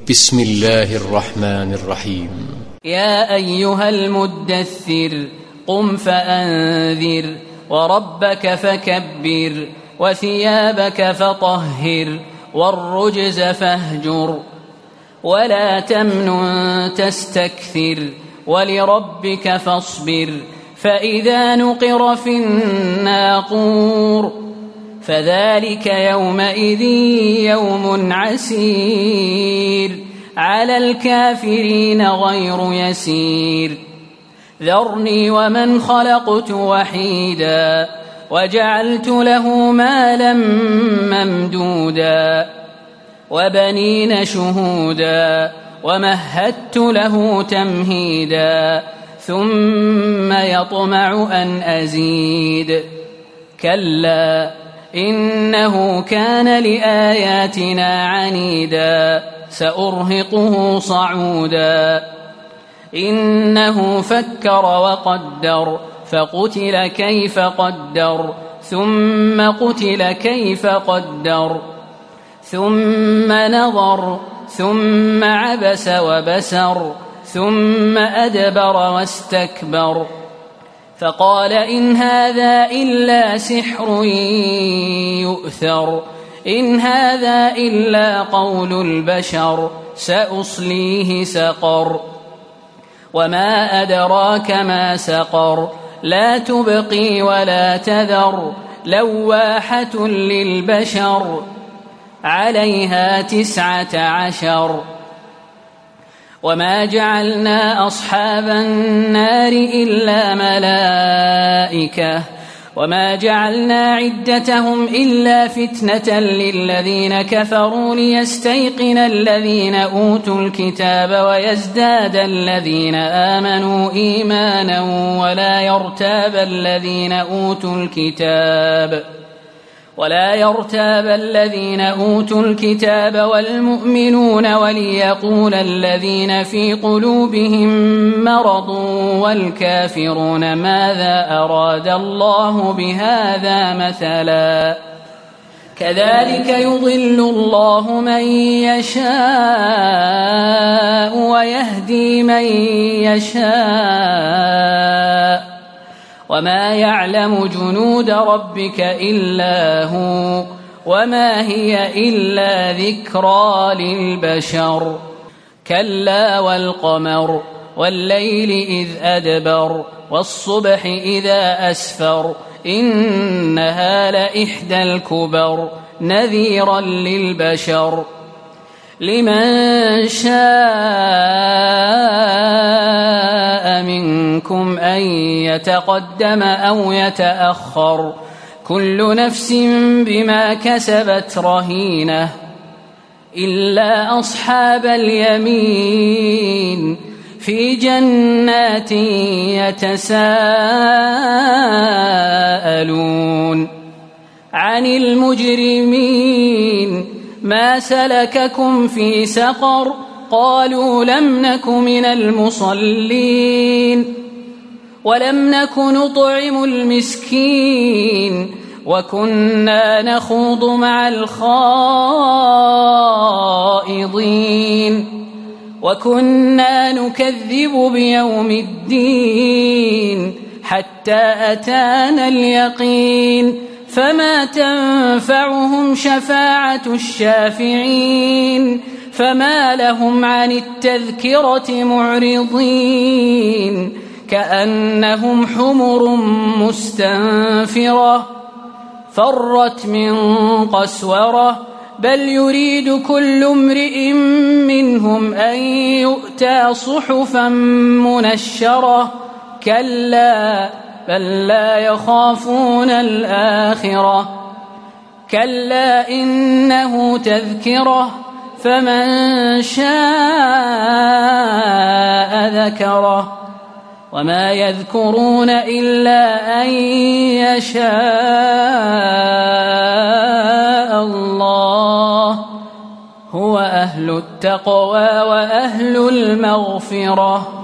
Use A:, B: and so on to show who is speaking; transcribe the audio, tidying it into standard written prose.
A: بسم الله الرحمن الرحيم.
B: يا أيها المدثر قم فأنذر وربك فكبر وثيابك فطهر والرجز فاهجر ولا تمنن تستكثر ولربك فاصبر فإذا نقر في الناقور فذلك يومئذ يوم عسير على الكافرين غير يسير ذرني ومن خلقت وحيدا وجعلت له مالا ممدودا وبنين شهودا ومهدت له تمهيدا ثم يطمع أن أزيد كلا إنه كان لآياتنا عنيدا سأرهقه صعودا إنه فكر وقدر فقتل كيف قدر ثم قتل كيف قدر ثم نظر ثم عبس وبسر ثم أدبر واستكبر فقال إن هذا إلا سحر يؤثر إن هذا إلا قول البشر سأصليه سقر وما أدراك ما سقر لا تبقي ولا تذر لواحة للبشر عليها 19 وما جعلنا أصحاب النار إلا ملائكة وما جعلنا عدتهم إلا فتنة للذين كفروا ليستيقن الذين أوتوا الكتاب ويزداد الذين آمنوا إيمانا ولا يرتاب الذين أوتوا الكتاب والمؤمنون وليقول الذين في قلوبهم مرض والكافرون ماذا أراد الله بهذا مثلا كذلك يضل الله من يشاء ويهدي من يشاء وما يعلم جنود ربك إلا هو وما هي إلا ذكرى للبشر كلا والقمر والليل إذ أدبر والصبح إذا أسفر إنها لإحدى الكبر نذيرا للبشر لمن شاء منكم أن يتقدم أو يتأخر كل نفس بما كسبت رهينة إلا أصحاب اليمين في جنات يتساءلون عن المجرمين ما سلككم في سقر قالوا لم نك من المصلين ولم نك نطعم المسكين وكنا نخوض مع الخائضين وكنا نكذب بيوم الدين حتى أتانا اليقين فما تنفعهم شفاعة الشافعين فما لهم عن التذكرة معرضين كأنهم حمر مستنفرة فرت من قسورة بل يريد كل امرئ منهم أن يؤتى صحفا منشرة كلا بل لا يخافون الآخرة كلا إنه تذكرة فمن شاء ذكره وما يذكرون إلا أن يشاء الله هو أهل التقوى وأهل المغفرة